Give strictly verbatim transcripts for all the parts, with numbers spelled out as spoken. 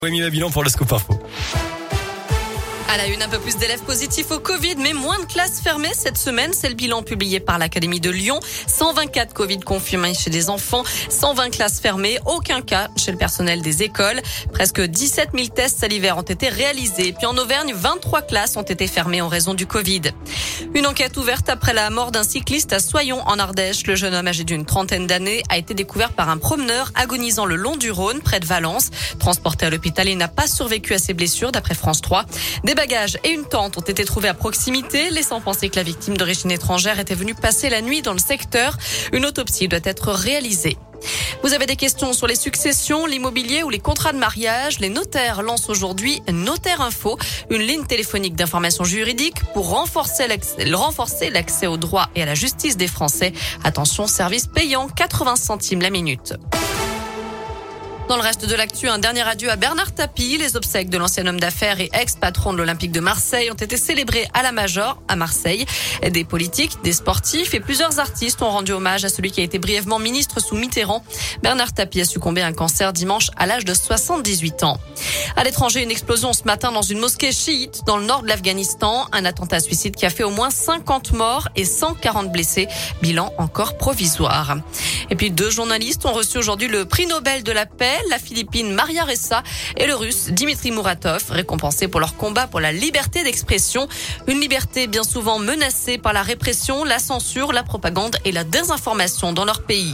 Noémie Mabilan pour le Scoop Info. À la une, un peu plus d'élèves positifs au Covid, mais moins de classes fermées cette semaine. C'est le bilan publié par l'Académie de Lyon. cent vingt-quatre Covid confirmés chez les enfants, cent vingt classes fermées, aucun cas chez le personnel des écoles. Presque dix-sept mille tests salivaires ont été réalisés. Et puis en Auvergne, vingt-trois classes ont été fermées en raison du Covid. Une enquête ouverte après la mort d'un cycliste à Soyons en Ardèche. Le jeune homme âgé d'une trentaine d'années a été découvert par un promeneur agonisant le long du Rhône, près de Valence. Transporté à l'hôpital, il n'a pas survécu à ses blessures, d'après France trois. Des bagages et une tente ont été trouvés à proximité, laissant penser que la victime d'origine étrangère était venue passer la nuit dans le secteur. Une autopsie doit être réalisée. Vous avez des questions sur les successions, l'immobilier ou les contrats de mariage? Les notaires lancent aujourd'hui Notaire Info, une ligne téléphonique d'information juridique pour renforcer l'accès, renforcer l'accès au droit et à la justice des Français. Attention, service payant, quatre-vingts centimes la minute. Dans le reste de l'actu, un dernier adieu à Bernard Tapie. Les obsèques de l'ancien homme d'affaires et ex-patron de l'Olympique de Marseille ont été célébrées à la Major, à Marseille. Des politiques, des sportifs et plusieurs artistes ont rendu hommage à celui qui a été brièvement ministre sous Mitterrand. Bernard Tapie a succombé à un cancer dimanche à l'âge de soixante-dix-huit ans. À l'étranger, une explosion ce matin dans une mosquée chiite dans le nord de l'Afghanistan. Un attentat suicide qui a fait au moins cinquante morts et cent quarante blessés. Bilan encore provisoire. Et puis deux journalistes ont reçu aujourd'hui le prix Nobel de la paix. La Philippine Maria Ressa et le Russe Dimitri Muratov, récompensés pour leur combat pour la liberté d'expression. Une liberté bien souvent menacée par la répression, la censure, la propagande et la désinformation dans leur pays.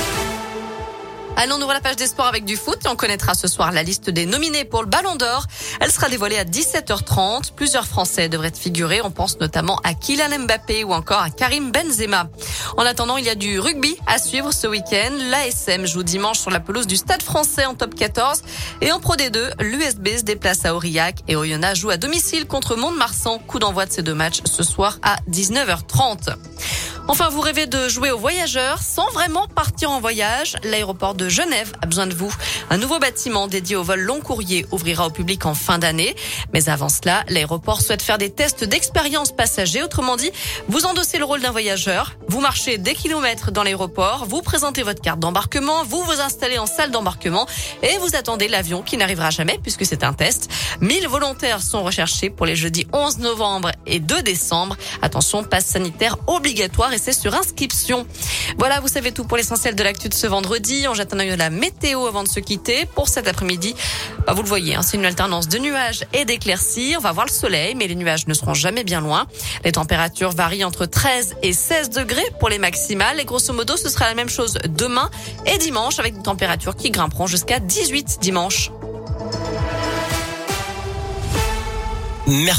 Allons, on ouvre la page des sports avec du foot et on connaîtra ce soir la liste des nominés pour le Ballon d'Or. Elle sera dévoilée à dix-sept heures trente. Plusieurs Français devraient figurer. On pense notamment à Kylian Mbappé ou encore à Karim Benzema. En attendant, il y a du rugby à suivre ce week-end. L'A S M joue dimanche sur la pelouse du Stade Français en top quatorze. Et en Pro D deux, l'U S B se déplace à Aurillac et Oyonnax joue à domicile contre Mont-de-Marsan. Coup d'envoi de ces deux matchs ce soir à dix-neuf heures trente. Enfin, vous rêvez de jouer aux voyageurs sans vraiment partir en voyage? L'aéroport de Genève a besoin de vous. Un nouveau bâtiment dédié au vol long courrier ouvrira au public en fin d'année. Mais avant cela, l'aéroport souhaite faire des tests d'expérience passager. Autrement dit, vous endossez le rôle d'un voyageur, vous marchez des kilomètres dans l'aéroport, vous présentez votre carte d'embarquement, vous vous installez en salle d'embarquement et vous attendez l'avion qui n'arrivera jamais puisque c'est un test. mille volontaires sont recherchés pour les jeudis onze novembre et deux décembre. Attention, passe sanitaire obligatoire et c'est sur inscription. Voilà, vous savez tout pour l'essentiel de l'actu de ce vendredi. On jette un œil à la météo avant de se quitter. Pour cet après-midi, bah vous le voyez, hein, c'est une alternance de nuages et d'éclaircies. On va voir le soleil, mais les nuages ne seront jamais bien loin. Les températures varient entre treize et seize degrés pour les maximales. Et grosso modo, ce sera la même chose demain et dimanche avec des températures qui grimperont jusqu'à dix-huit dimanche. Merci.